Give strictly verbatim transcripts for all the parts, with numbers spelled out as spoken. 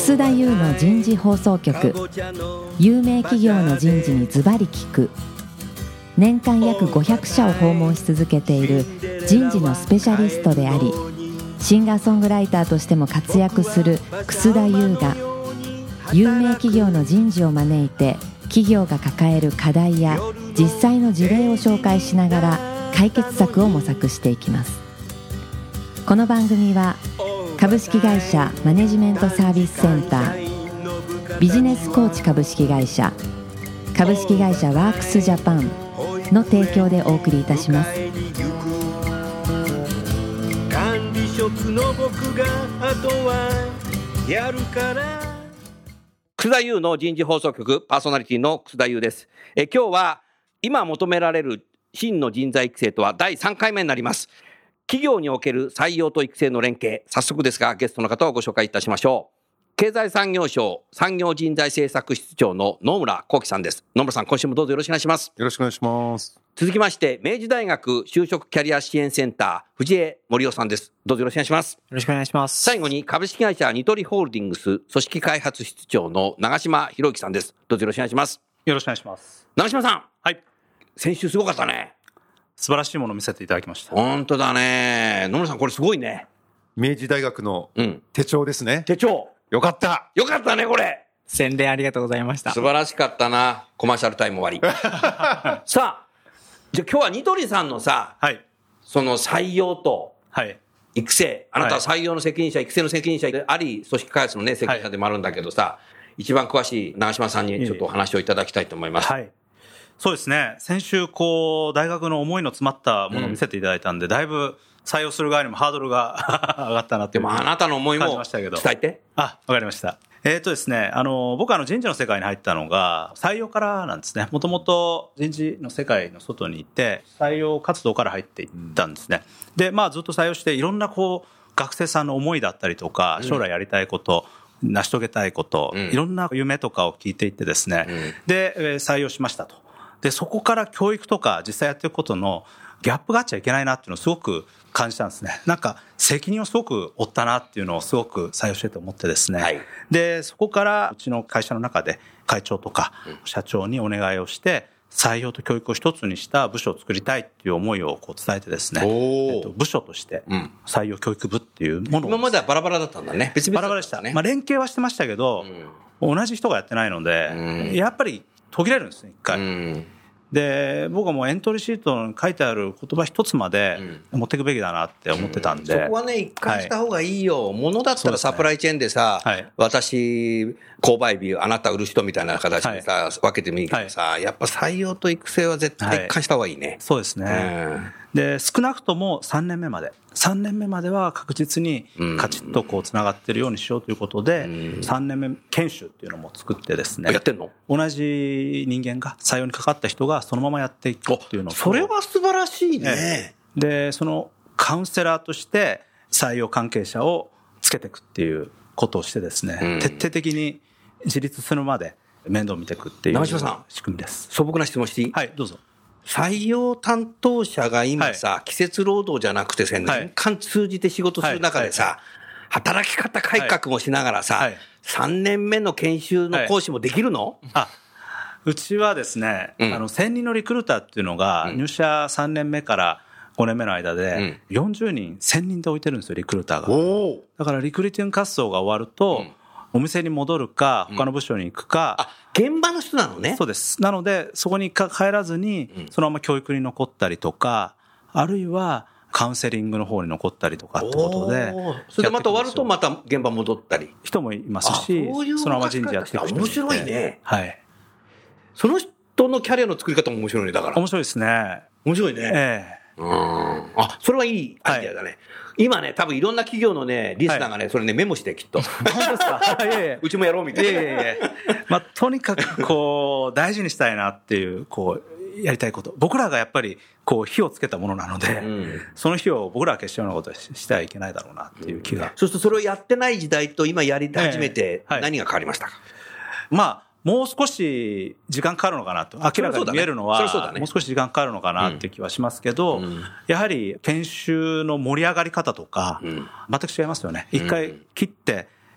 楠田優の人事放送局。有名企業の人事にズバリ聞く。年間約ごひゃくしゃを訪問し続けている人事のスペシャリストであり、シンガーソングライターとしても活躍する楠田優が、有名企業の人事を招いて企業が抱える課題や実際の事例を紹介しながら解決策を模索していきます。この番組は株式会社マネジメントサービスセンター、ビジネスコーチ株式会社、株式会社ワークスジャパンの提供でお送りいたします。 管理職の僕があとはやるから。 楠田優の人事放送局パーソナリティの楠田優です。え今日は今求められる真の人材育成とはだいさんかいめになります。企業における採用と育成の連携、早速ですがゲストの方をご紹介いたしましょう。経済産業省産業人材政策室長の野村幸喜さんです。野村さん、今週もどうぞよろしくお願いします。 よろしくお願いします。 続きまして明治大学就職キャリア支援センター藤江森夫さんです。どうぞよろしくお願いします。 よろしくお願いします。 最後に株式会社ニトリホールディングス組織開発室長の長島博之さんです。どうぞよろしくお願いします。 よろしくお願いします。 長島さん、 はい、 先週すごかったね。 素晴らしいものを見せていただきました。 本当だね。野村さん、これすごいね。 明治大学の手帳ですね、うん、 手帳よかったよかったね。これ宣伝ありがとうございました。 素晴らしかったな。コマーシャルタイム終わりさあ、じゃあ今日はニトリさんのさ、 はい、 その採用と育成、はい、あなたは採用の責任者、育成の責任者であり、組織開発のね、責任者でもあるんだけどさ、はい、一番詳しい長島さんにちょっとお話をいただきたいと思います。 はい、そうですね。先週こう大学の思いの詰まったものを見せていただいたんで、うん、だいぶ採用する側にもハードルが上がったなっていう。 でもあなたの思いも伝えて。 あ、わかりました。えーとですね、あの僕はあの人事の世界に入ったのが採用からなんですね。もともと人事の世界の外にいて採用活動から入っていったんですね。うん、で、まあずっと採用していろんなこう学生さんの思いだったりとか、将来やりたいこと、うん、成し遂げたいこと、うん、いろんな夢とかを聞いていってですね。うん、で、採用しましたと。で、そこから教育とか実際やっていくことのギャップがあっちゃいけないなっていうのをすごく感じたんですね。なんか責任をすごく負ったなっていうのをすごく採用してて思ってですね、はい、でそこからうちの会社の中で会長とか社長にお願いをして採用と教育を一つにした部署を作りたいっていう思いをこう伝えてですね、えっと、部署として採用教育部っていうものを、 今まではバラバラだったんだね。別々だったね。バラバラでしたね。 まあ、連携はしてましたけど、うん、同じ人がやってないので、うん、やっぱり途切れるんですね、一回。うん、で僕はもうエントリーシートに書いてある言葉一つまで持っていくべきだなって思ってたんで、 うん、そこはね一貫した方がいいよ、はい、ものだったらサプライチェーンでさ、はい、私購買日あなた売る人みたいな形でさ、はい、分けてもいいけどさ、はい、やっぱ採用と育成は絶対一貫した方がいいね、はい、 そうですね、うん、で少なくともさんねんめまでさんねんめまでは確実にカチッとこうつながってるようにしようということで、うん、さんねんめ研修っていうのも作ってですね、 やってんの？ 同じ人間が採用にかかった人がそのままやっていくっていうのを、 それは素晴らしいね。 でそのカウンセラーとして採用関係者をつけていくっていうことをしてですね、うん、徹底的に自立するまで面倒を見ていくっていう仕組みです。 素朴な質問していい？ はい、どうぞ。 採用担当者が今さ、はい、季節労働じゃなくてさ、年間通じて仕事する中でさ、はいはい、働き方改革もしながらさ、はい、さんねんめの研修の講師もできるの？はい、 あ、うちはですね、うん、あの専任のリクルーターっていうのが入社さんねんめからごねんめの間でよんじゅうにん専任で置いてるんですよ、リクルーターが。おだからリクルーティング活動が終わると、うんお店に戻るか他の部署に行くか、 うん、あ現場の人なのね。 そうです。なのでそこに帰らずにそのまま教育に残ったりとか、あるいはカウンセリングの方に残ったりとかってことで、 それでまた終わるとまた現場戻ったり人もいますし、そういうそのまま人事やっていく人もいて、 面白いね。 はい。 その人のキャリアの作り方も面白いね。だから面白いですね。 面白いね。 ええうん、あ、それはいいアイデアだね、はい、今ね多分いろんな企業のねリスナーがね、はい、それねメモしてきっと本当ですかいやいやうちもやろうみたいな。いやいやいやまあ、とにかくこう大事にしたいなっていうこうやりたいこと、僕らがやっぱりこう火をつけたものなので、うん、その火を僕らは決してようなことはしてはいけないだろうなっていう気が、うん、 そうするとそれをやってない時代と今やり始めて何が変わりましたか？ えーはい、まあもう少し時間かかるのかなと、明らかに見えるのはもう少し時間かかるのかなっていう気はしますけど、やはり研修の盛り上がり方とか全く違いますよね。一回切って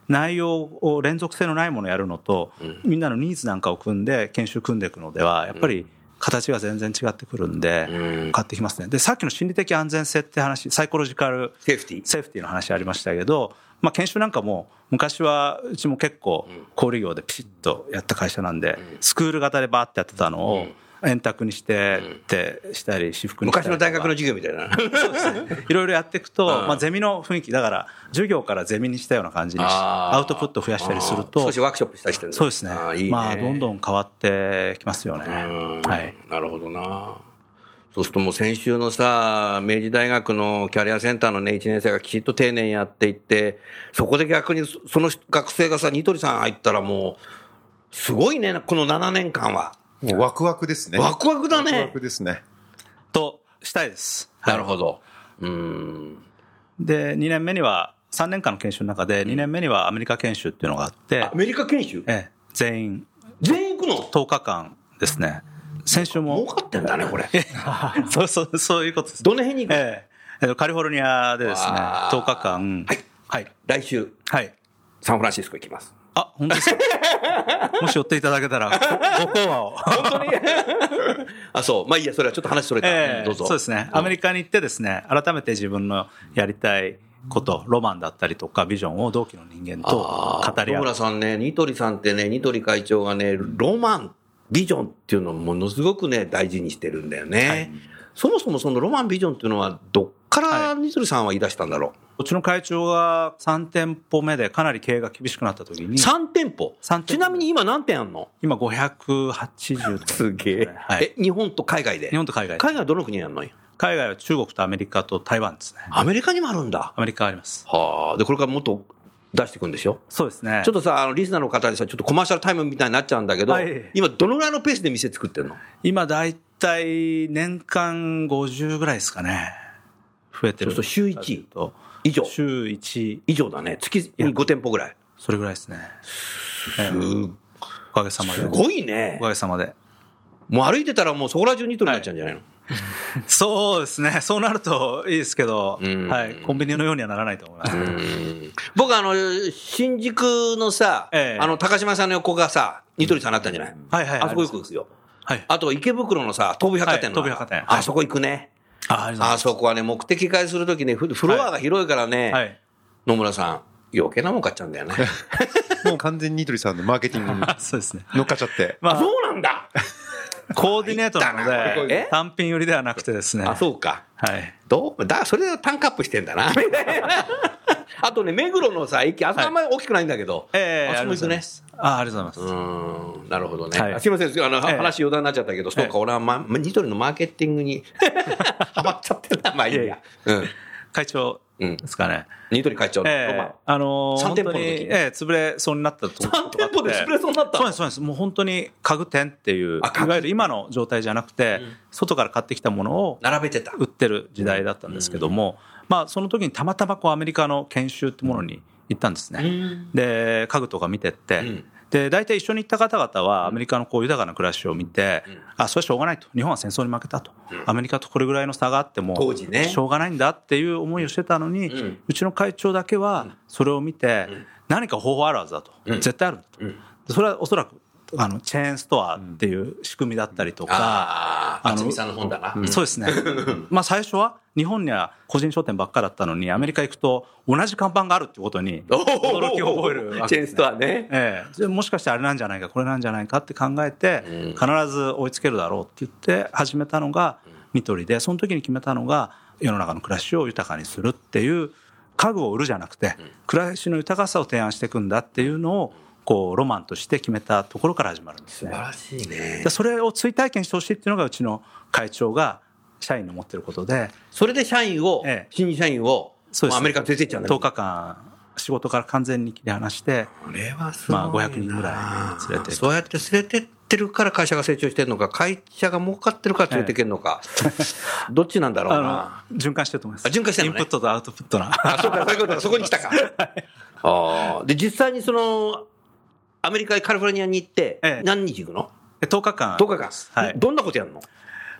内容を連続性のないものをやるのと、うん、みんなのニーズなんかを組んで研修組んでいくのではやっぱり形が全然違ってくるんで、うん、変わってきますね。でさっきの心理的安全性って話、サイコロジカルセーフティーセーフティーの話ありましたけど、まあ、研修なんかも昔はうちも結構小売業でピシッとやった会社なんで、うん、スクール型でバーってやってたのを、うん円卓にしてってしたり私服にしたり昔の大学の授業みたいなそうですね、いろいろやっていくと、まあ、ゼミの雰囲気だから授業からゼミにしたような感じにアウトプット増やしたりすると少しワークショップしたりしてるんそうですね、 あいいね、 まあ、どんどん変わってきますよね。はい、 なるほどな。そうするともう先週のさ明治大学のキャリアセンターのねいちねん生がきちっと丁寧にやっていってそこで逆にその学生がさニトリさん入ったらもうすごいねこのななねんかんはもうワクワクですね。 ワクワクだね。 ワクワクですね。 としたいです。 なるほど。うーん。 でにねんめにはさんねんかんの研修の中でにねんめにはアメリカ研修っていうのがあって、 アメリカ研修？ ええ、全員全員行くの？ とおかかんですね。先週も儲かってんだねこれ。 そうそうそういうことです。 どの辺に行くの？ ええ、カリフォルニアでですねとおかかん、 はいはい、来週はいサンフランシスコ行きます。 あ、本当ですか。もし寄っていただけたらご講話を。 本当にあ、そう。まあいいや、それはちょっと話それた、 えー、 どうぞ。 そうですね。アメリカに行ってですね、改めて自分のやりたいこと、ロマンだったりとかビジョンを同期の人間と語り合う。 野村さんね、ニトリさんってね、ニトリ会長がね、ロマン、ビジョンっていうのをものすごくね、大事にしてるんだよね。はい、そもそもそのロマン、ビジョンっていうのはどっからニトリさんは言い出したんだろう。 うちの会長がさん店舗目でかなり経営が厳しくなった時にさん店舗ちなみに今何店あんの？ 今ごひゃくはちじゅうとかすげえ、はい、え日本と海外で？ 日本と海外で。 海外はどの国にあるの？ 海外は中国とアメリカと台湾ですね。 アメリカにもあるんだ。 アメリカあります。 はあ。でこれからもっと出していくんでしょ？ そうですね。 ちょっとさあのリスナーの方にさちょっとコマーシャルタイムみたいになっちゃうんだけど、はい、今どのぐらいのペースで店作ってんの？ 今だいたい年間ごじゅうぐらいですかね。増えてる。 そうすると週いちと以上。 週いち以上だね。月にご店舗ぐらい。 それぐらいですね。 す、えー、 おかげさまで。 すごいね。 おかげさまで。 もう歩いてたらもうそこら中ニトリになっちゃうんじゃないの？ はい、そうですね。そうなるといいですけど、はい、コンビニのようにはならないと思います。 僕あの新宿のさ、ええ、あの高島さんの横がさニトリさんになったんじゃない？はいはい。あそこ行くんですよ。はい。あと池袋のさ東武百貨店の、はい、東武百貨店、はい、あそこ行くね。あ, あ, あそこはね目的会するときねフロアが広いからね、はいはい、野村さん余計なもん買っちゃうんだよね。 もう完全にニトリさんのマーケティングに乗っかっちゃって。 まあ、そうなんだ。 コーディネートなので単品売りではなくてですね。 あ、そうか。 はい。 どうだそれで単価アップしてんだな。あとね目黒のさ駅あそこあんまり大きくないんだけど、はい、えー、あそこも行くね。 あ, ありがとうございます。 うん、なるほどね。はい、すいません、あの、えー、話余談になっちゃったけど、そうか、俺は、ま、ニトリのマーケティングにハマっちゃってるな、まあいいや。いやいや、うん、 会長ですかね。 ニトリ会長の、 えー、ロマン。あのー、さん店舗の時に、ええー、潰れそうになったところさん店舗で潰れそうになったそうです、そうです。もう本当に家具店っていう、いわゆる今の状態じゃなくて、うん、外から買ってきたものを並べてた。 売ってる時代だったんですけども、うん、まあその時にたまたまこうアメリカの研修ってものに行ったんですね。うん、で、家具とか見てって、うんで大体一緒に行った方々はアメリカのこう豊かな暮らしを見て、うん、あそれはしょうがないと、日本は戦争に負けたと、うん、アメリカとこれぐらいの差があっても当時、ね、しょうがないんだっていう思いをしてたのに、うん、うちの会長だけはそれを見て、うん、何か方法あるはずだと、うん、絶対あると、うん、それはおそらくあのチェーンストアっていう仕組みだったりとか、 ああ渥美さんの本だな、 うん、そうですねまあ最初は日本には個人商店ばっかだったのにアメリカ行くと同じ看板があるってことに驚きを覚えるわけです、ね、 チェーンストアね、 ええ、もしかしてあれなんじゃないかこれなんじゃないかって考えて、うん、必ず追いつけるだろうって言って始めたのがニトリで、その時に決めたのが世の中の暮らしを豊かにするっていう、家具を売るじゃなくて暮らしの豊かさを提案していくんだっていうのをこうロマンとして決めたところから始まるんですね。 素晴らしいね。 でそれを追体験してほしいっていうのがうちの会長が社員の持ってることで、 それで社員を、ええ、新入社員をアメリカに連れて行っちゃうんだ。 とおかかん仕事から完全に切り離して、 これはすごいな、 まあ、ごひゃくにんぐらい連れて、 そうやって連れてってるから会社が成長してるのか、会社が儲かってるから連れていけるのか、ええ、どっちなんだろうな。 循環してると思います。 あ、循環してるのね。 インプットとアウトプットな。 あ、そうか、そういうことか、そこに来たか。あで実際にそのアメリカカリフォルニアに行って何日行くの？ とおかかん。 とおかかん。はい。どんなことやるの？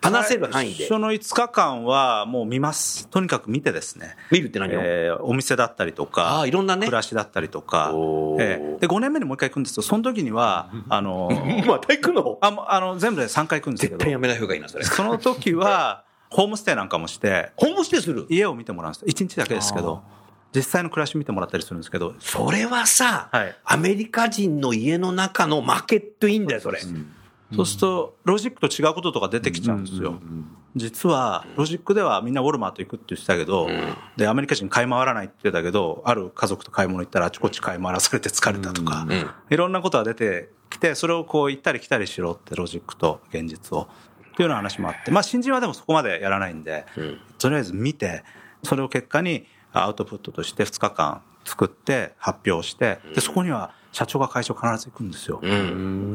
話せる範囲で。 最初のいつかかんはもう見ます。とにかく見てですね。 見るって何を、 えー、お店だったりとか、 あいろんなね、 暮らしだったりとか、えー、でごねんめにもう一回行くんですけど、その時にはあのまた行くの？ ああの全部でさんかい行くんですけど、 絶対やめない方がいいなそれ。 その時はホームステイなんかもして、 ホームステイする？ 家を見てもらうんです。いちにちだけですけど、実際の暮らし見てもらったりするんですけど、 それはさ、 はい、 アメリカ人の家の中のマーケットインだよそれ、うん、 そうするとロジックと違うこととか出てきちゃうんですよ。実はロジックではみんなウォルマート行くって言ってたけど、うん、でアメリカ人買い回らないって言ってたけど、ある家族と買い物行ったらあちこち買い回らされて疲れたとか、うん、いろんなことが出てきて、それをこう行ったり来たりしろってロジックと現実をっていうような話もあって、まあ新人はでもそこまでやらないんで、うん、とりあえず見て、それを結果にアウトプットとしてふつかかん作って発表して、でそこには社長が会長必ず行くんですよ、うん、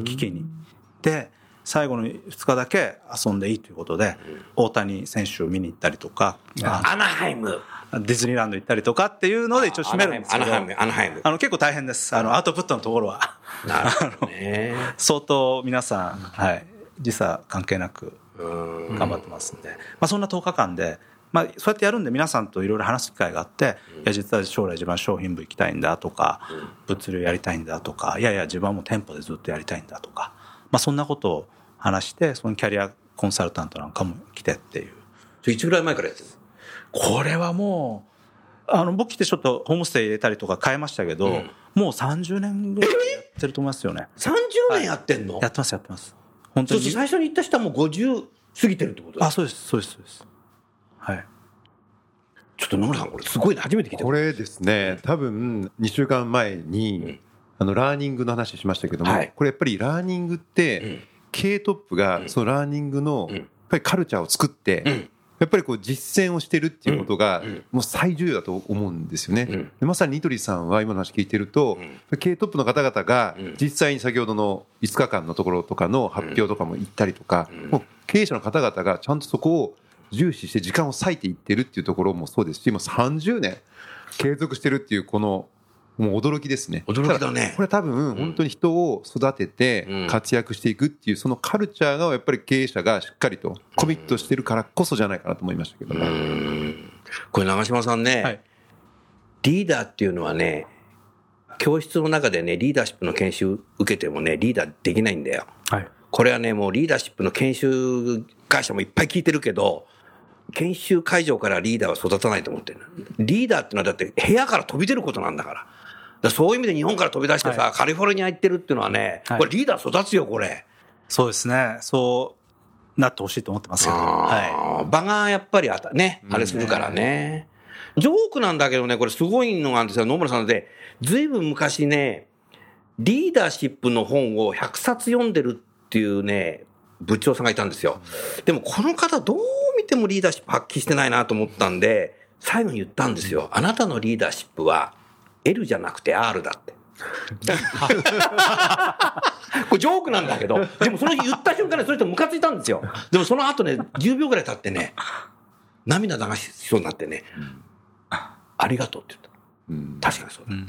聞きに。で最後のふつかだけ遊んでいいということで、うん、大谷選手を見に行ったりとか、 アナハイムディズニーランド行ったりとかっていうので一応締めるんですけど、 アナハイムアナハイムあの結構大変です。あのアウトプットのところはなるほど、ね、 相当皆さん、はい、時差関係なく頑張ってますんで、まあ、そんなとおかかんで、まあ、そうやってやるんで皆さんといろいろ話す機会があって、いや実は将来自分は商品部行きたいんだとか、物流やりたいんだとか、いやいや自分はもう店舗でずっとやりたいんだとか、まあ、そんなことを話して、そのキャリアコンサルタントなんかも来てっていう。 いつぐらい前からやってるの？ これはもうあの僕来てちょっとホームステイ入れたりとか変えましたけど、うん、もうさんじゅうねんぐらいやってると思いますよね。 さんじゅうねんやってんの？ はい、やってますやってます。本当に。 そうそう、最初に行った人はもうごじゅう過ぎてるってことですか？ あ、そうですそうですそうです。はい。 ちょっと野村さんこれすごいね、初めて聞いた。 これですね、多分にしゅうかんまえに、うん、あのラーニングの話しましたけども、はい、これやっぱりラーニングって、うん経営トップがそのラーニングのやっぱりカルチャーを作ってやっぱりこう実践をしてるっていうことがもう最重要だと思うんですよね。でまさにニトリさんは今の話聞いてると経営トップの方々が実際に先ほどのいつかかんのところとかの発表とかも行ったりとか、もう経営者の方々がちゃんとそこを重視して時間を割いていってるっていうところもそうですし、もうさんじゅうねん継続してるっていうこのもう驚きですね。 驚きだね。 これ多分本当に人を育てて活躍していくっていうそのカルチャーがやっぱり経営者がしっかりとコミットしてるからこそじゃないかなと思いましたけどね。うーんこれ長嶋さんね、はい、リーダーっていうのはね、教室の中でねリーダーシップの研修受けてもねリーダーできないんだよ、はい、これはねもうリーダーシップの研修会社もいっぱい聞いてるけど、研修会場からリーダーは育たないと思ってる。リーダーってのはだって部屋から飛び出ることなんだから。だからそういう意味で日本から飛び出してさ、はい、カリフォルニア行ってるっていうのはね、はい、これリーダー育つよこれ。 そうですね。そうなってほしいと思ってますけど。はい。場がやっぱりあたね、あれするからね。ジョークなんだけどね、これすごいのがあるんですよ。野村さんで、ずいぶん昔ね、リーダーシップの本をひゃくさつ読んでるっていうね、部長さんがいたんですよ。でもこの方どう見てもリーダーシップ発揮してないなと思ったんで、最後に言ったんですよ。あなたのリーダーシップは L じゃなくて R だって。これジョークなんだけど、でもその言った瞬間にその人ムカついたんですよ。でもその後ね、じゅうびょうぐらい経ってね、涙流しそうになってね、ありがとうって言った。確かにそうだった。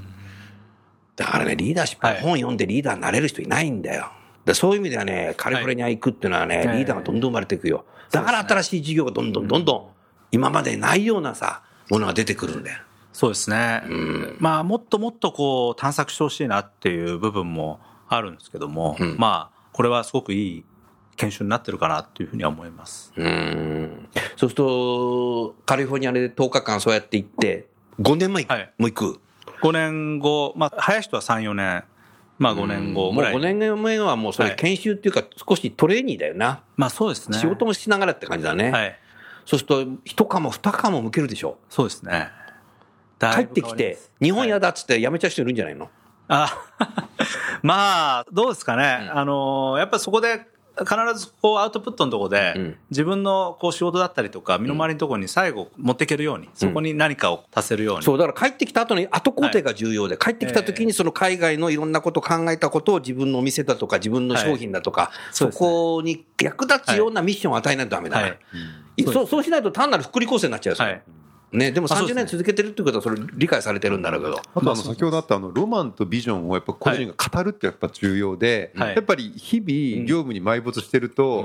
だからね、リーダーシップの本読んでリーダーになれる人いないんだよ。だそういう意味ではね、カリフォルニア行くっていうのはね、はい、リーダーがどんどん生まれていくよ。だから新しい事業がどんどんどんどん今までないようなさ、ものが出てくるんだよ。 そうですね。うん、まあもっともっとこう探索してほしいなっていう部分もあるんですけども、うん、まあこれはすごくいい研修になってるかなっていうふうには思います。 うーん。そうするとカリフォルニアでとおかかんそうやって行ってごねんまえ、はい、もう行く。 ごねんご、まあ早い人はさん、よねん。まあごねんごぐらい。 もうごねんめはもうそれ研修っていうか少しトレーニーだよな。はい、 まあそうですね。 仕事もしながらって感じだね。はい。そうすると一かも二かも向けるでしょ。 そうですね。 帰ってきて日本嫌だっつって辞めちゃう人いるんじゃないの？ あまあどうですかね。うん、あのやっぱりそこで必ずこうアウトプットのところで、うん、自分のこう仕事だったりとか身の回りのところに最後持っていけるように、うん、そこに何かを足せるように、 そうだから帰ってきた後に後工程が重要で、はい、帰ってきた時にその海外のいろんなことを考えたことを自分のお店だとか自分の商品だとか、はい、そこに役立つようなミッションを与えないとダメだから、はいはい、そう、そうしないと単なる福利厚生になっちゃうよ、はいね、でもさんじゅうねん続けてるっていうことはそれ理解されてるんだろうけど、 あとあの先ほどあったあのロマンとビジョンをやっぱ個人が語るってやっぱ重要で、はい、やっぱり日々業務に埋没してると、うん、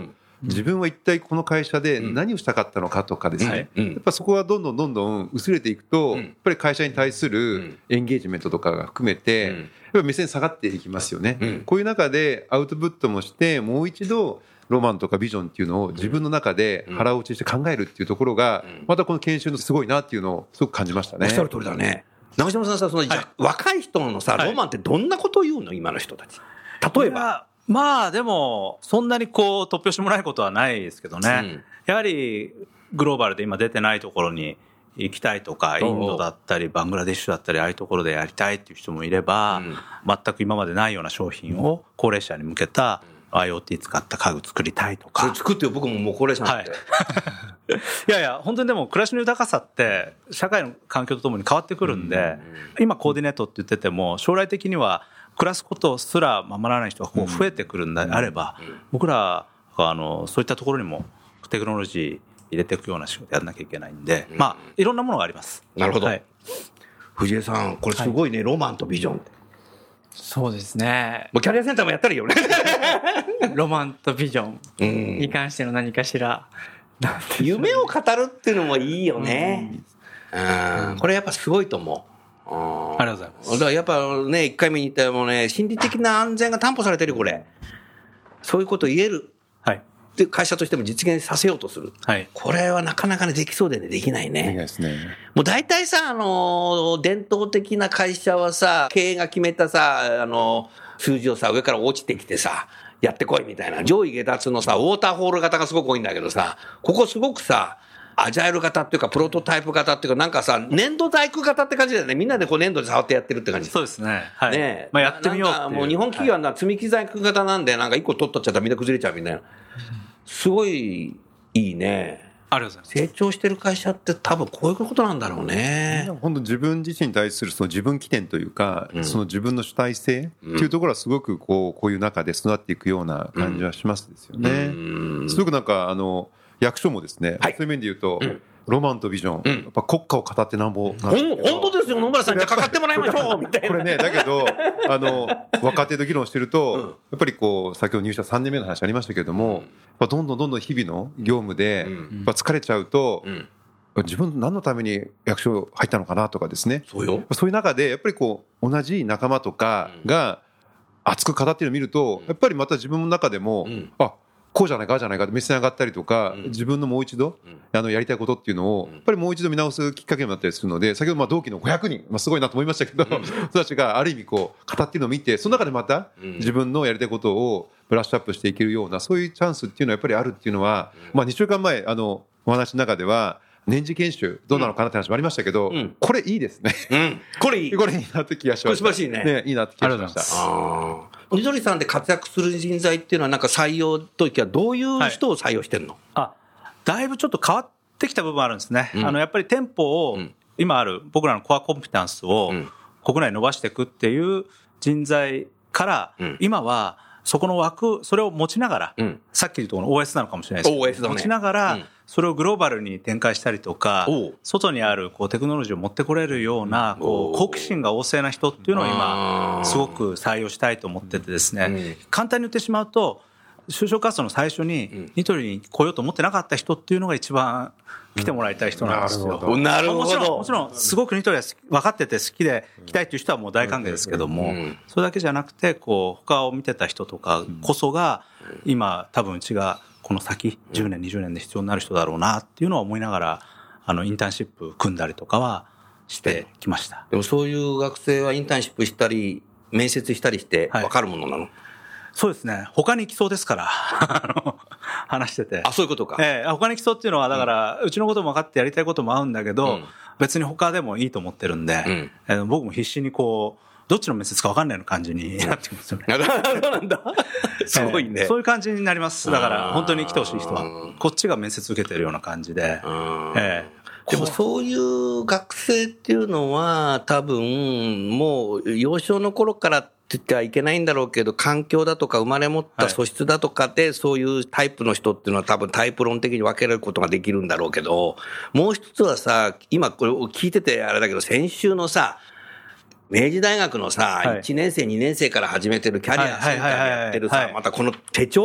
自分は一体この会社で何をしたかったのかとかですね、やっぱそこはどんどんどんどん薄れていくと、やっぱり会社に対するエンゲージメントとかが含めて、やっぱり目線下がっていきますよね。こういう中でアウトプットもしてもう一度ロマンとかビジョンっていうのを自分の中で腹落ちして考えるっていうところが、またこの研修のすごいなっていうのをすごく感じましたね。 おっしゃる通りだね。長嶋さんさ、その、はい、若い人のさ、ロマンってどんなことを言うの、今の人たち。例えば。 まあでも、そんなにこう、突拍子もないことはないですけどね。うん、やはり、グローバルで今出てないところに行きたいとか、インドだったり、バングラデシュだったり、ああいうところでやりたいっていう人もいれば、うん、全く今までないような商品を高齢者に向けた、IoT 使った家具作りたいとか。 それ作ってよ、僕ももう高齢者なんで。はいいやいや、本当にでも暮らしの豊かさって社会の環境とともに変わってくるんで、今コーディネートって言ってても将来的には暮らすことすら守らない人がこう増えてくるんであれば、僕らはあのそういったところにもテクノロジー入れていくような仕事やらなきゃいけないんで、まあいろんなものがあります。 なるほど。はい、藤江さん、これすごいね、はい、ロマンとビジョンって。 そうですね。 もうキャリアセンターもやったらいいよね。 ロマンとビジョンに関しての何かしら。 夢を語るっていうのもいいよね。うんうん、これやっぱすごいと思う。 ありがとうございます。 だからやっぱね、一回目に言ったようにね、心理的な安全が担保されてるこれ。そういうことを言える。 はい。 で会社としても実現させようとする。 はい。 これはなかなかねできそうでねできないね。 できないですね。 もう大体さ、あの伝統的な会社はさ、経営が決めたさ、あの数字をさ上から落ちてきてさ。やってこいみたいな上位下達のさウォーターフォール型がすごく多いんだけどさ、ここすごくさアジャイル型っていうかプロトタイプ型っていうかなんかさ粘土細工型って感じだよね。みんなでこう粘土で触ってやってるって感じ。 そうですね。はい。 ねまあやってみようっていう。 もう日本企業は積み木細工型なんでなんか一個取っとっちゃったらみんな崩れちゃうみたいな。すごいいいね。 ありがとうございます。 成長してる会社って多分こういうことなんだろうね。 本当自分自身に対するその自分起点というか、うん、その自分の主体性っていうところはすごくこうこういう中で育っていくような感じはしますですよね。うん、すごくなんかあの役所もですね、はい、そういう面で言うと、うん、ロマンとビジョン、うん、やっぱ国家を語ってなんぼなんですけど、 本当ですよ野村さんじゃかかってもらいましょうみたいな。 これねだけどあの若手と議論してると、うん、やっぱりこう先ほど入社さんねんめの話ありましたけれども、うん、やっぱどんどんどんどん日々の業務で、うん、やっぱ疲れちゃうと、うん自分何のために役所入ったのかなとかですね。 そうよ。 そういう中でやっぱりこう同じ仲間とかが熱く語っているのを見ると、やっぱりまた自分の中でも、うん、あこうじゃないかああじゃないかって目線上がったりとか、うん、自分のもう一度、うん、あのやりたいことっていうのをやっぱりもう一度見直すきっかけになったりするので、先ほどまあ同期のごひゃくにん、まあ、すごいなと思いましたけど、うん、人たちがある意味こう語っているのを見て、その中でまた自分のやりたいことをブラッシュアップしていけるようなそういうチャンスっていうのはやっぱりあるっていうのは、まあ、にしゅうかんまえあのお話の中では年次研修どうなのかなって話もありましたけど、うん、これいいですね、 うん、これいいこれいいなって気がしました。 これ素晴らしい ね, ねいいなって気がしました。あニトリさんで活躍する人材っていうのはなんか採用ときはどういう人を採用してるの？ はい、あだいぶちょっと変わってきた部分あるんですね、うん、あのやっぱり店舗を、うん、今ある僕らのコアコンピタンスを国内に伸ばしていくっていう人材から、うん、今はそこの枠それを持ちながら、うん、さっき言うとこの オーエス なのかもしれないですけどオーエス だね、 持ちながら、うんそれをグローバルに展開したりとか、外にあるこうテクノロジーを持ってこれるようなこう好奇心が旺盛な人っていうのを今すごく採用したいと思っててですね、簡単に言ってしまうと就職活動の最初にニトリに来ようと思ってなかった人っていうのが一番来てもらいたい人なんですよ。 なるほど。 もちろんもちろんすごくニトリは分かってて好きで来たいっていう人はもう大歓迎ですけども、それだけじゃなくてこう他を見てた人とかこそが今多分うちがこの先じゅうねんにじゅうねんで必要になる人だろうなっていうのは思いながらあのインターンシップ組んだりとかはしてきました。 でもそういう学生はインターンシップしたり面接したりして分かるものなの？はい、 そうですね。他に来そうですからあの話してて。 あ、そういうことか。 ええ、他に来そうっていうのはだから、うん、うちのことも分かってやりたいことも合うんだけど、うん、別に他でもいいと思ってるんで、うんえー、僕も必死にこうどっちの面接か分かんないような感じになってますよね。 そうなんだ。すごいね、 えー。そういう感じになります。だから本当に来てほしい人はこっちが面接受けてるような感じで。えー、でもそういう学生っていうのは多分もう幼少の頃からって言ってはいけないんだろうけど、環境だとか生まれ持った素質だとかでそういうタイプの人っていうのは多分タイプ論的に分けることができるんだろうけど、もう一つはさ、今これを聞いててあれだけど、先週のさ明治大学のさ、はい、いちねん生にねん生から始めてるキャリアセンターでやってるさ、またこの手帳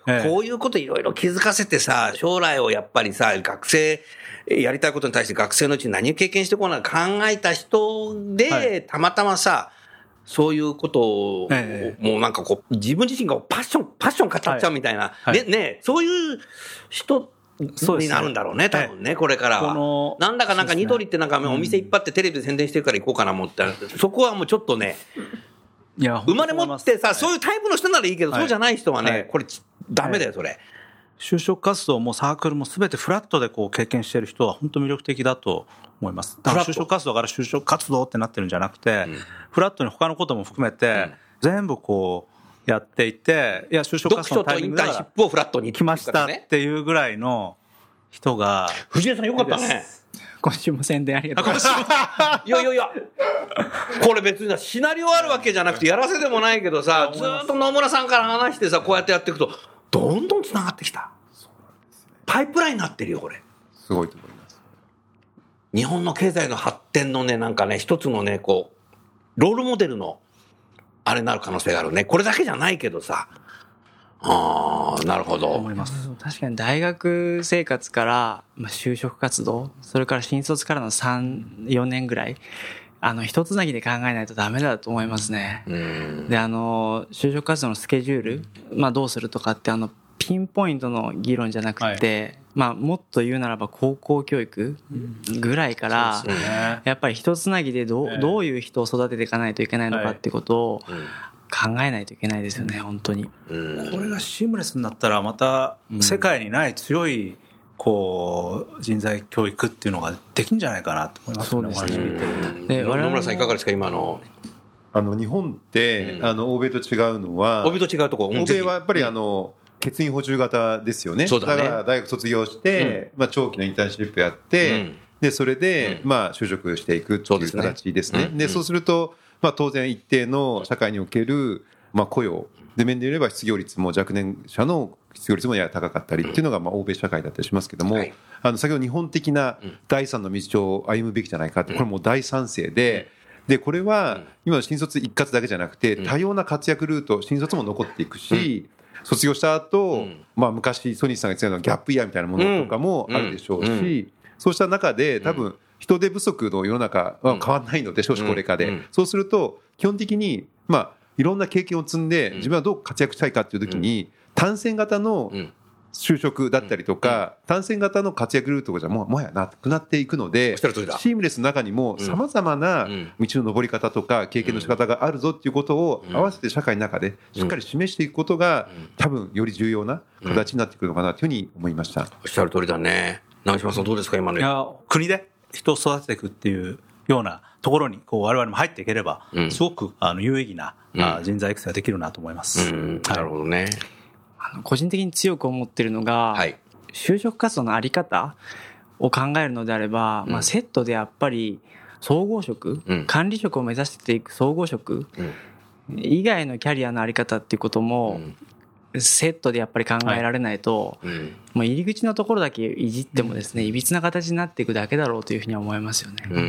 ええ、 こういうこといろいろ気づかせてさ、将来をやっぱりさ、学生、やりたいことに対して学生のうちに何を経験してこないか考えた人で、はい、たまたまさ、そういうことを、ええ、もうなんかこう、自分自身がパッション、パッション語っちゃうみたいな、はいはい、ね、ね、そういう人になるんだろうね、多分ね、ええ、これからは。なんだかなんかニトリってなんかお店いっぱいあってテレビで宣伝してるから行こうかな思って、うん、そこはもうちょっとね、いや生まれ持ってさ、そういうタイプの人ならいいけど、はい、そうじゃない人はね、はい、これダメだよ、それ。はい、 就職活動もサークルもすべてフラットでこう経験している人は本当魅力的だと思います。だから就職活動から就職活動ってなってるんじゃなくて、うん、フラットに他のことも含めて、うん、全部こうやっていて、いや就職活動のタイミングで読書とインターンシップをフラットに来ましたっていうぐらいの人が。 藤江さんよかったね。 今週も宣伝ありがとうございます。 いやいやいや、これ別にシナリオあるわけじゃなくてやらせでもないけどさ、ずっと野村さんから話してさ、こうやってやっていくとどんどんつながってきた。パイプラインになってるよ、これ。 すごいと思います。 日本の経済の発展のね、なんかね、一つのね、こうロールモデルのあれになる可能性があるね。これだけじゃないけどさ。ああ、なるほど。 思います。確かに大学生活から、まあ、就職活動、それから新卒からのさん、よねんぐらい、あの、一つなぎで考えないとダメだと思いますね。うんで、あの、就職活動のスケジュール、まあ、どうするとかって、あの、ピンポイントの議論じゃなくて、はい、まあ、もっと言うならば高校教育ぐらいから、うんね、やっぱり一つなぎでどう、どういう人を育てていかないといけないのかってことを、はいうん考えないといけないですよね、本当に。 うんこれがシームレスになったら、また世界にない強いこう人材教育っていうのができるんじゃないかなと思いますね。 そうですね。で、野村さんいかがですか、今の。 あの日本って、うん、あの欧米と違うのは、 欧米と違うところ、 欧米はやっぱりあの、うん、欠員補充型ですよね。 そうだね。 だから大学卒業して、うんまあ、長期のインターンシップやって、うん、でそれで、うんまあ、就職していくっていう形ですね。で、ねうんでそうするとまあ、当然一定の社会における、まあ、雇用で面で言えば失業率も若年者の失業率もやや高かったりっていうのがまあ欧米社会だったりしますけども、はい、あの先ほど日本的な第三の道を歩むべきじゃないかってこれもう大賛成で、でこれは今の新卒一括だけじゃなくて多様な活躍ルート新卒も残っていくし、卒業した後、まあ昔ソニーさんが言ってたようなギャップイヤーみたいなものとかもあるでしょうし、そうした中で多分人手不足の世の中は変わらないので少子高齢化で、そうすると基本的にまあいろんな経験を積んで自分はどう活躍したいかっていう時に単線型の就職だったりとか単線型の活躍ルートがじゃもはやなくなっていくので、シームレスの中にもさまざまな道の登り方とか経験の仕方があるぞっていうことを合わせて社会の中でしっかり示していくことが多分より重要な形になってくるのかなというふうに思いました。 おっしゃる通りだね。長嶋さんどうですか今の。 いや国で人を育てていくっていうようなところにこう我々も入っていければ、うん、すごくあの有意義な、うん、人材育成ができるなと思います。 うん、なるほどね。 あの個人的に強く思ってるのが、はい、就職活動のあり方を考えるのであれば、うんまあ、セットでやっぱり総合職、うん、管理職を目指していく総合職、うん、以外のキャリアのあり方っていうことも、うんセットでやっぱり考えられないと、はいうん、もう入り口のところだけいじってもですね、いびつな形になっていくだけだろうというふうには思いますよね。 うん、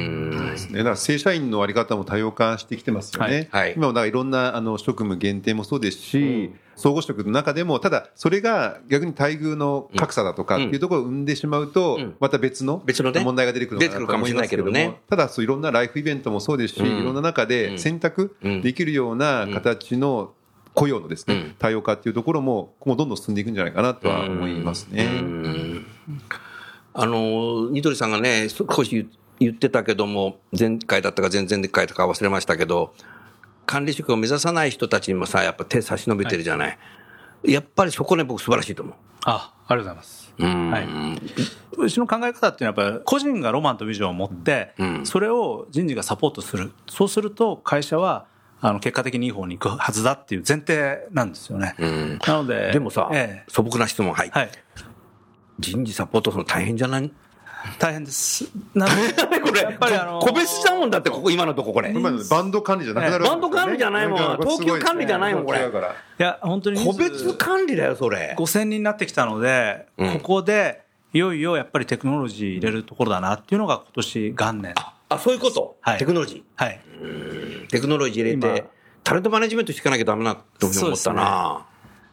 ですね。だから正社員のあり方も多様化してきてますよね。はい、今もだからいろんなあの職務限定もそうですし、うん、総合職の中でもただそれが逆に待遇の格差だとかっていうところを生んでしまうと、うん、また別の問題が出てくるのかもしれないけども、ね、ただそういろんなライフイベントもそうですし、うん、いろんな中で選択できるような形の雇用のですね、うん、多様化っていうところも今後どんどん進んでいくんじゃないかなとは思いますね。うんうんあのニトリさんがね少し言ってたけども前回だったか前々回だったか忘れましたけど管理職を目指さない人たちにもさやっぱ手差し伸べてるじゃない、はい、やっぱりそこね僕素晴らしいと思う。 あ、ありがとうございます。うんはい、うちの考え方っていうのはやっぱり個人がロマンとビジョンを持って、うん、それを人事がサポートする。そうすると会社はあの結果的にいい方に行くはずだっていう前提なんですよね。うん、なのででもさ、ええ、素朴な質問、はい、はい、人事サポートするの大変じゃない？ 大変です。なのでこれやっぱりあのー、個別だもんだってここ今のとここれバンド管理じゃなくなる、ね、 バンド管理じゃないもん等級管理じゃないもんこれ。いや本当に個別管理だよそれ。 ごせんにんになってきたので、うん、ここでいよいよやっぱりテクノロジー入れるところだなっていうのが今年元年。 あ, あそういうこと、はい、テクノロジー、はい、うんテクノロジー入れてタレントマネジメントしていかなきゃダメなと思ったな。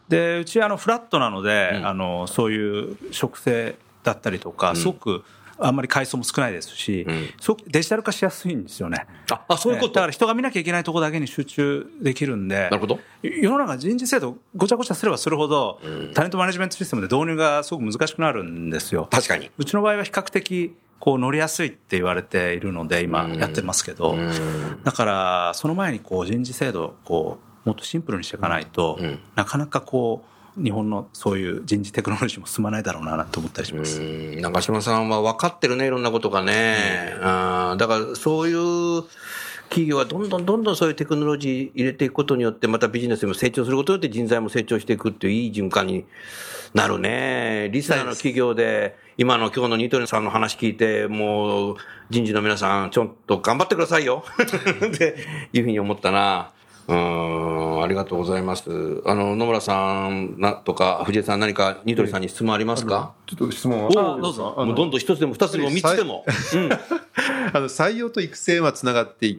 でうちはあのフラットなので、 うん、 あのそういう植生だったりとか、うん、すごくあんまり階層も少ないですし、うん、すごくデジタル化しやすいんですよね。 ああ、そういうこと。 だから人が見なきゃいけないところだけに集中できるんで、 なるほど。 世の中人事制度ごちゃごちゃすればするほど、うん、タレントマネジメントシステムで導入がすごく難しくなるんですよ。 確かに。 うちの場合は比較的こう乗りやすいって言われているので今やってますけど、うん、だからその前にこう人事制度をこうもっとシンプルにしていかないと、うん、なかなかこう日本のそういう人事テクノロジーも進まないだろうなと思ったりします。 うん、長嶋さんは分かってるね、いろんなことがね。うん、あだからそういう企業はどんどんどんどんそういうテクノロジー入れていくことによって、またビジネスも成長することによって人材も成長していくっていういい循環になるね。リスナーの企業で今の今日のニトリさんの話聞いて、もう人事の皆さんちょっと頑張ってくださいよっていうふうに思ったな。うーん、ありがとうございます。あの野村さんなとか藤江さん、何かニトリさんに質問ありますか？ ちょっと質問はどうぞ。もうどんどん一つでも二つでも三つでも、うん、 あの採用と育成はつながっていって、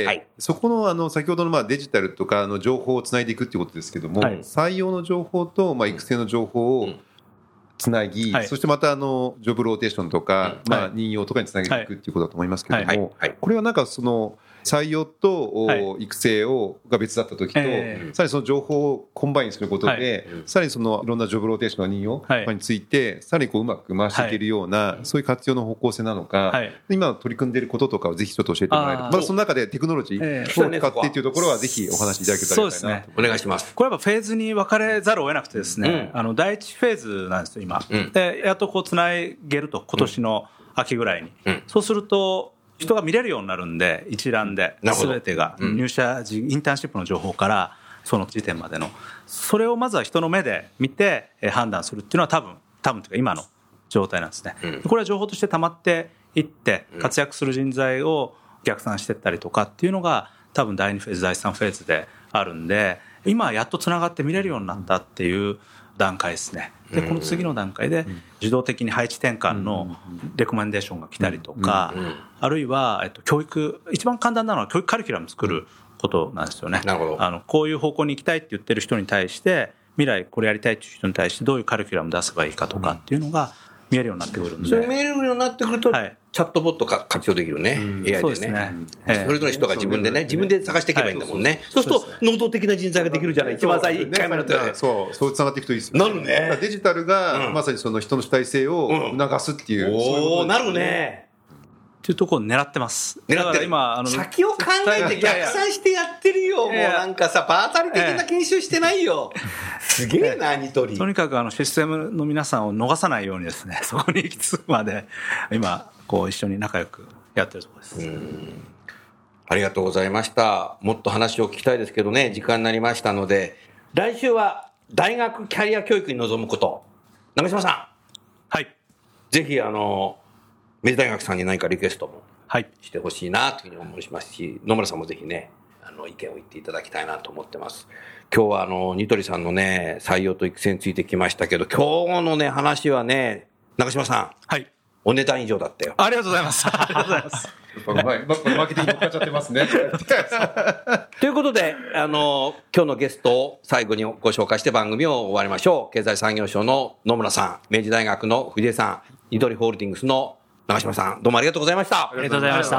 はい、そこのあの先ほどのまあデジタルとかの情報をつないでいくっていうことですけども、はい、採用の情報とまあ育成の情報をつなぎ、はい、そしてまたあのジョブローテーションとか、うん、まあ任用とかにつなげていくっていうことだと思いますけども、はいはいはい、これはなんかその採用と育成をが別だった時と、えー、さらにその情報をコンバインすることで、はい、さらにそのいろんなジョブローテーションの任用について、はい、さらにこううまく回していけるような、はい、そういう活用の方向性なのか、はい、今取り組んでいることとかをぜひちょっと教えてもらえると、まあ、その中でテクノロジーを使ってっていうところはぜひお話しいただけたらいいかなと、 お願いします。 これはフェーズに分かれざるを得なくてですね、うん、あの第一フェーズなんですよ今、うん、でやっとこうつなげると今年の秋ぐらいに、うん、そうすると人が見れるようになるんで、一覧で全てが入社時、インターンシップの情報からその時点までの、それをまずは人の目で見て判断するっていうのは多分多分というか今の状態なんですね。これは情報として溜まっていって活躍する人材を逆算していったりとかっていうのが多分だいにフェーズだいさんフェーズであるんで、今やっとつながって見れるようになったっていう段階ですね。でこの次の段階で自動的に配置転換のレコメンデーションが来たりとか、あるいは、えっと、教育、一番簡単なのは教育カリキュラム作ることなんですよね。 なるほど。 あのこういう方向に行きたいって言ってる人に対して、未来これやりたいっていう人に対してどういうカリキュラム出せばいいかとかっていうのが見えるようになってくるんで、 それ見えるようになってくると、はい、チャットボットが活用できるね、うん、エーアイ でね。そうですね。えー、それぞれ人が自分でね、自分で探していけばいいんだもんね。はい、そうすると能動的な人材ができるじゃない。一番最初いっかいめの時、ね、 そうそうつながっていくといいですよね。 なるね。 デジタルが、うん、まさにその人の主体性を促すっていう。うん、 おお、なるね。 っていうところを狙ってます。 狙ってる。今あの先を考えて逆算してやってるよ。もうなんかさ、パータリ的な研修してないよ。すげえな、ニトリ。 とにかくあのシステムの皆さんを逃さないようにですね、そこに行き着くまで今こう一緒に仲良くやってるところです。うん、 ありがとうございました。もっと話を聞きたいですけどね、時間になりましたので、来週は大学キャリア教育に臨むこと。長嶋さん。 はい。 ぜひあの明治大学さんに何かリクエストもしてほしいなというふうに思いますし、野村さんもぜひね、あの意見を言っていただきたいなと思ってます。今日はあのニトリさんのね、採用と育成についてきましたけど、今日のね話はね、長嶋さん、 はい、 お値段以上だったよ。 ありがとうございます。ありがとうございます。 うまい、マーケティング乗っかっちゃってますね。 ということで、あの今日のゲストを最後にご紹介して番組を終わりましょう。経済産業省の野村さん、明治大学の藤江さん、ニトリホールディングスの長嶋さん、どうもありがとうございました。 ありがとうございました。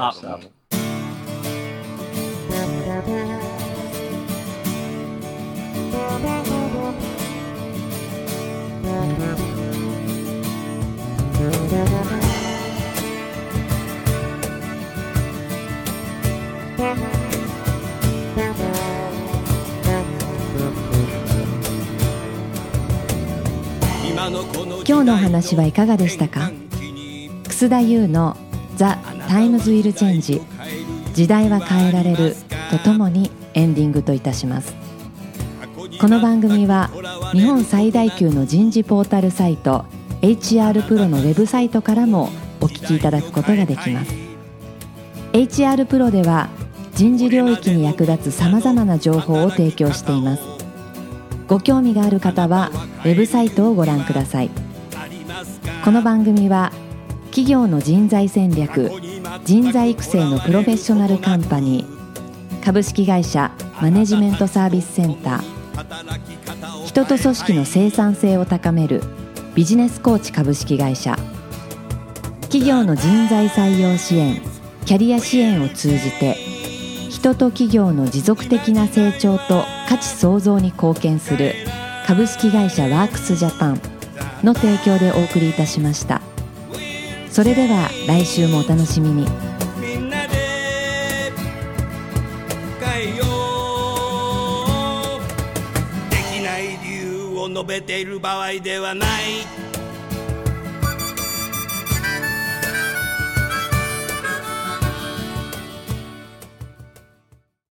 今日のお話はいかがでしたか？楠田優の The Times Will Change 時代は変えられるとともにエンディングといたします。この番組は日本最大級の人事ポータルサイト エイチアール プロのウェブサイトからもお聞きいただくことができます。 エイチアール プロでは人事領域に役立つさまざまな情報を提供しています。ご興味がある方はウェブサイトをご覧ください。この番組は企業の人材戦略、人材育成のプロフェッショナルカンパニー、株式会社マネジメントサービスセンター、 人と組織の生産性を高めるビジネスコーチ株式会社。企業の人材採用支援、キャリア支援を通じて人と企業の持続的な成長と価値創造に貢献する株式会社ワークスジャパンの提供でお送りいたしました。それでは来週もお楽しみに。 みんなで変えよう。できない理由を述べている場合ではない。